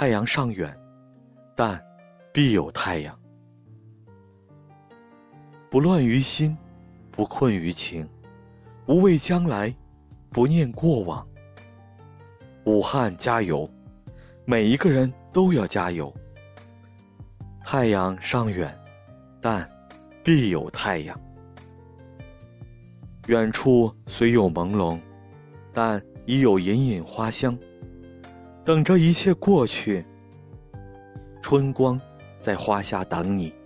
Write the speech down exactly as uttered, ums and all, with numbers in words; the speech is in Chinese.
太阳尚远，但必有太阳。不乱于心，不困于情，无畏将来，不念过往。武汉加油，每一个人都要加油。太阳尚远，但必有太阳。远处虽有朦胧，但已有隐隐花香。等着一切过去，春光在花下等你。